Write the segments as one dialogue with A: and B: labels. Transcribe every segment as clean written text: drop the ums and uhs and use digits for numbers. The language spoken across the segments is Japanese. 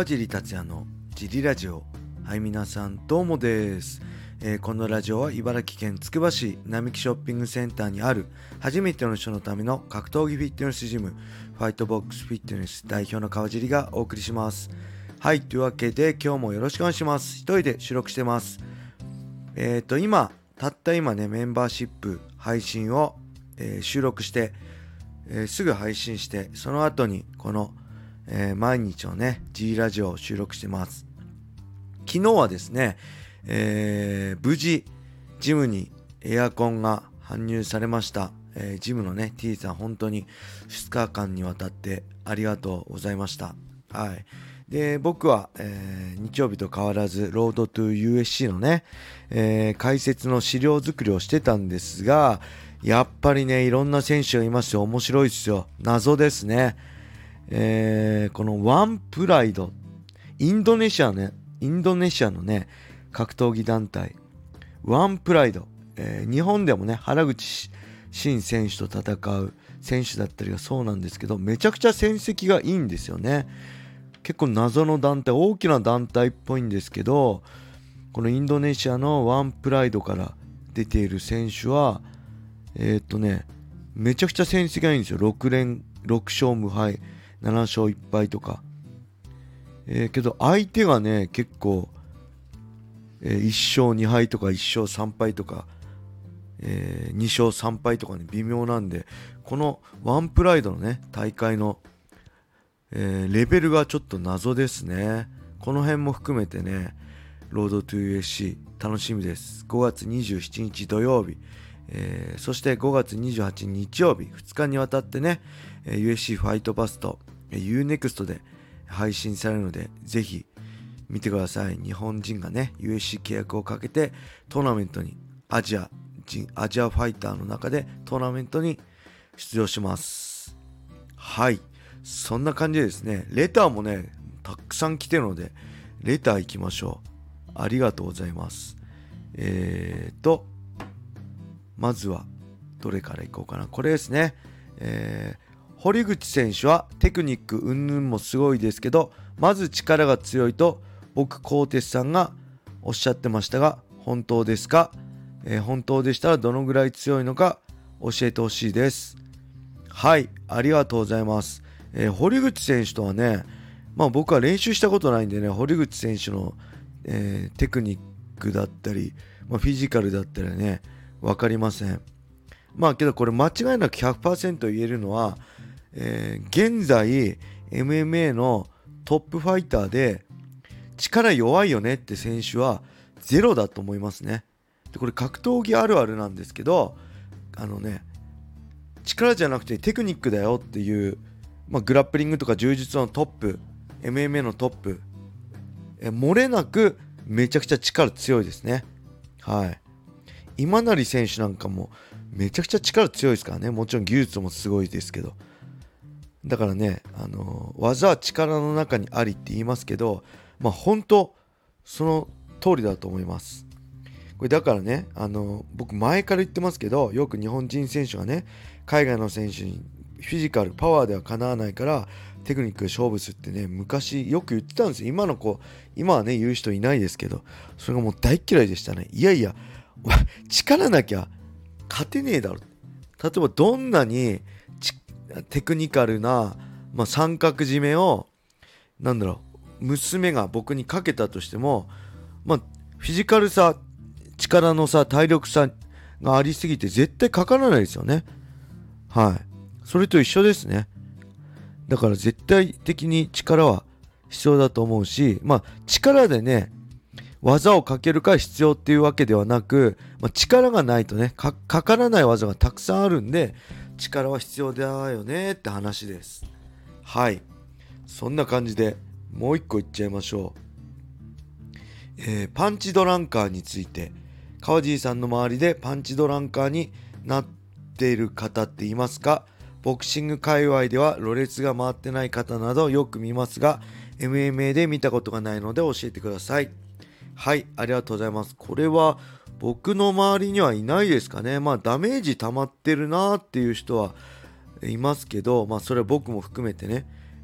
A: 川尻達也のジリラジオ。はい、皆さんどうもです。このラジオは茨城県つくば市並木ショッピングセンターにある初めての人のための格闘技フィットネスジム、ファイトボックスフィットネス代表の川尻がお送りします。はい、というわけで今日もよろしくお願いします。一人で収録してます。たった今ね、メンバーシップ配信を、収録して、すぐ配信して、その後にこの、毎日のね G ラジオを収録してます。昨日はですね、無事ジムにエアコンが搬入されました。ジムのね T さん、本当に2日間にわたってありがとうございました。はい。で、僕は、日曜日と変わらずロードトゥ USC のね、解説の資料作りをしてたんですが、やっぱりね、いろんな選手がいますよ。面白いですよ。謎ですね。このワンプライド、インドネシアのね格闘技団体ワンプライド、日本でもね原口真選手と戦う選手だったりがそうなんですけど、めちゃくちゃ戦績がいいんですよね。結構謎の団体、大きな団体っぽいんですけど、このインドネシアのワンプライドから出ている選手はめちゃくちゃ戦績がいいんですよ。6勝無敗7勝1敗とか、けど相手がね結構、1勝2敗とか1勝3敗とか、2勝3敗とかね微妙なんで、このワンプライドのね大会の、レベルがちょっと謎ですね。この辺も含めてね、ロードトゥ USC 楽しみです。5月27日土曜日、そして5月28日日曜日、2日にわたってね、USC ファイトパスと UNEXT で配信されるので、ぜひ見てください。日本人がね USC 契約をかけてトーナメントに、アジアファイターの中でトーナメントに出場します。はい、そんな感じでですね、レターもねたくさん来てるのでレター行きましょう。ありがとうございます。まずはどれからいこうかな。これですね。堀口選手はテクニック云々もすごいですけど、まず力が強いと僕コーテスさんがおっしゃってましたが、本当ですか？本当でしたらどのぐらい強いのか教えてほしいです。はい、ありがとうございます。堀口選手とはね、僕は練習したことないんでね、堀口選手の、テクニックだったり、フィジカルだったりね分かりません。けどこれ間違いなく 100% 言えるのは、現在 MMA のトップファイターで力弱いよねって選手はゼロだと思いますね。でこれ格闘技あるあるなんですけど、力じゃなくてテクニックだよっていう、グラップリングとか柔術のトップ、 MMA のトップ、漏れなくめちゃくちゃ力強いですね。はい。今成選手なんかもめちゃくちゃ力強いですからね。もちろん技術もすごいですけど、だからね、技は力の中にありって言いますけど、本当その通りだと思います。これだからね、僕前から言ってますけど、よく日本人選手がね海外の選手にフィジカルパワーではかなわないからテクニックで勝負するってね、昔よく言ってたんですよ。今はね言う人いないですけど、それがもう大嫌いでしたね。いやいや力なきゃ勝てねえだろ。例えばどんなにテクニカルな、三角締めを娘が僕にかけたとしても、フィジカルさ、力の差、体力差がありすぎて絶対かからないですよね。はい。それと一緒ですね。だから絶対的に力は必要だと思うし、力でね技をかけるか必要っていうわけではなく、力がないとねかからない技がたくさんあるんで、力は必要だよねって話です。はい、そんな感じでもう一個いっちゃいましょう。パンチドランカーについて、川尻さんの周りでパンチドランカーになっている方っていますか？ボクシング界隈ではろれつが回ってない方などよく見ますが、 MMA で見たことがないので教えてください。はい、ありがとうございます。これは僕の周りにはいないですかね。ダメージ溜まってるなっていう人はいますけど、それは僕も含めてね、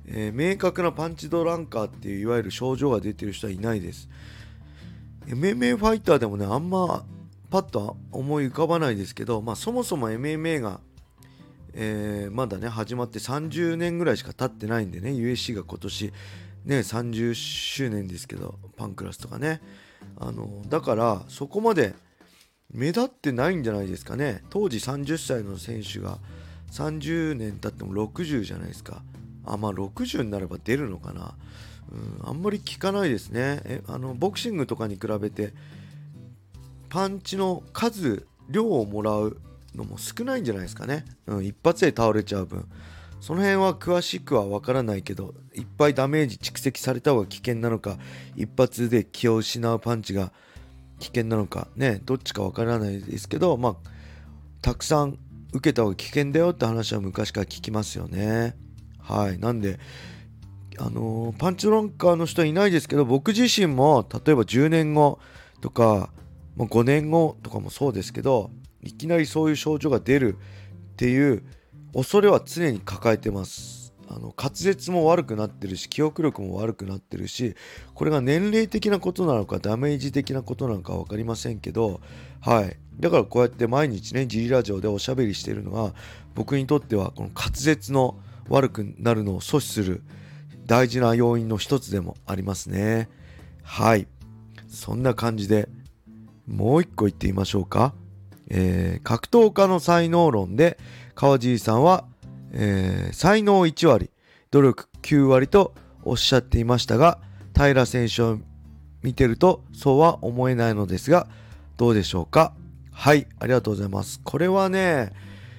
A: 明確なパンチドランカーっていういわゆる症状が出てる人はいないです。MMA ファイターでもね、あんまパッと思い浮かばないですけど、そもそも MMA が、まだね始まって30年ぐらいしか経ってないんでね、 USC が今年ね30周年ですけど、パンクラスとかね、だからそこまで目立ってないんじゃないですかね。当時30歳の選手が30年経っても60じゃないですか。60になれば出るのかな。あんまり聞かないですね。ボクシングとかに比べてパンチの量をもらうのも少ないんじゃないですかね。一発で倒れちゃう分、その辺は詳しくは分からないけど、いっぱいダメージ蓄積された方が危険なのか、一発で気を失うパンチが危険なのかね、どっちか分からないですけど、たくさん受けた方が危険だよって話は昔から聞きますよね。はい。なんでパンチドランカーの人はいないですけど、僕自身も例えば10年後とか、5年後とかもそうですけど、いきなりそういう症状が出るっていう恐れは常に抱えてます。滑舌も悪くなってるし、記憶力も悪くなってるし、これが年齢的なことなのかダメージ的なことなのか分かりませんけど、はい。だからこうやって毎日ね G ラジオでおしゃべりしているのは、僕にとってはこの滑舌の悪くなるのを阻止する大事な要因の一つでもありますね。はい。そんな感じでもう一個言ってみましょうか。格闘家の才能論で川尻さんは、才能1割努力9割とおっしゃっていましたが、平選手を見てるとそうは思えないのですが、どうでしょうか。はい、ありがとうございます。これはね、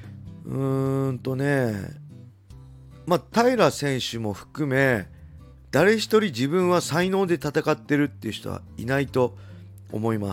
A: 平選手も含め誰一人自分は才能で戦ってるっていう人はいないと思います。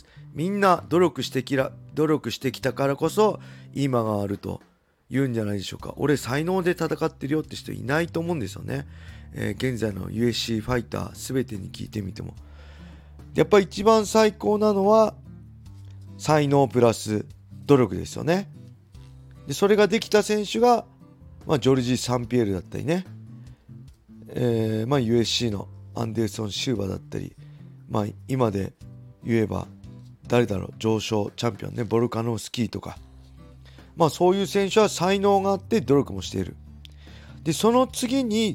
A: みんな努力してきたからこそ今があると言うんじゃないでしょうか。俺才能で戦ってるよって人いないと思うんですよね。現在の USC ファイター全てに聞いてみても、やっぱり一番最高なのは才能プラス努力ですよね。でそれができた選手が、ジョルジ・サンピエールだったりね、USC のアンデルソン・シューバだったり、今で言えば誰だろう、常勝チャンピオンね、ボルカノフスキーとか、そういう選手は才能があって努力もしている。でその次に、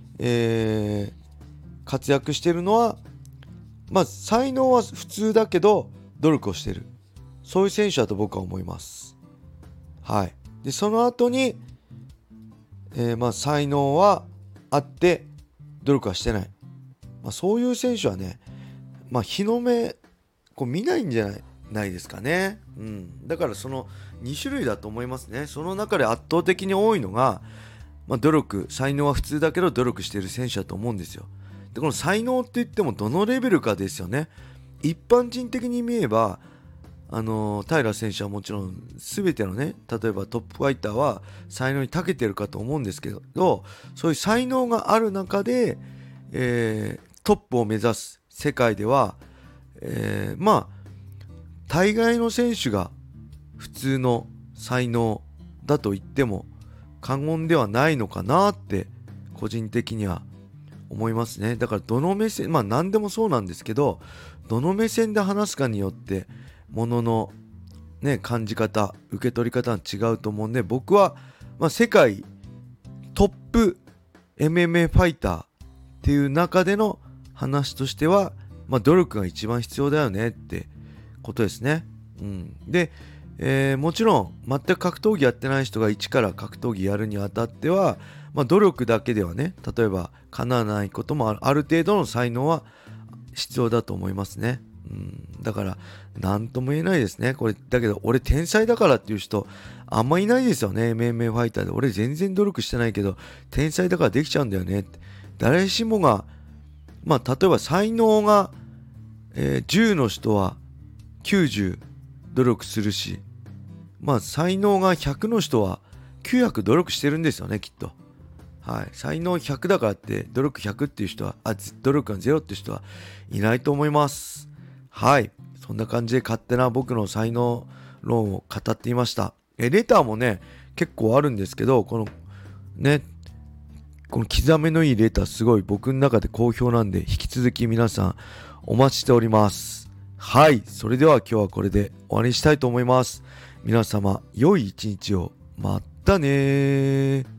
A: 活躍しているのは、才能は普通だけど努力をしている、そういう選手だと僕は思います。はい。でその後に、才能はあって努力はしてない、そういう選手はね、日の目見ないんじゃないですかね。だからその2種類だと思いますね。その中で圧倒的に多いのが、才能は普通だけど努力している選手だと思うんですよ。でこの才能って言ってもどのレベルかですよね。一般人的に見れば平選手はもちろん全てのね、例えばトップファイターは才能に長けてるかと思うんですけど、そういう才能がある中で、トップを目指す世界では、大概の選手が普通の才能だと言っても過言ではないのかなって個人的には思いますね。だからどの目線、何でもそうなんですけど、どの目線で話すかによってもののね感じ方、受け取り方は違うと思うんで、僕は、世界トップ MMA ファイターっていう中での話としては、努力が一番必要だよねってことですね。で、もちろん全く格闘技やってない人が一から格闘技やるにあたっては、努力だけではね、例えば叶わないこともある程度の才能は必要だと思いますね。だから何とも言えないですね。これだけど俺天才だからっていう人あんまいないですよね。MMA ファイターで俺全然努力してないけど天才だからできちゃうんだよねって。誰しもが例えば才能が、10の人は90努力するし、才能が100の人は900努力してるんですよね、きっと。はい、才能100だからって努力100っていう人は努力が0っていう人はいないと思います。はい、そんな感じで勝手な僕の才能論を語っていました。レターもね結構あるんですけど、このねこの刻めのいいレターすごい僕の中で好評なんで、引き続き皆さんお待ちしております。はい、それでは今日はこれで終わりにしたいと思います。皆様良い一日を。またねー。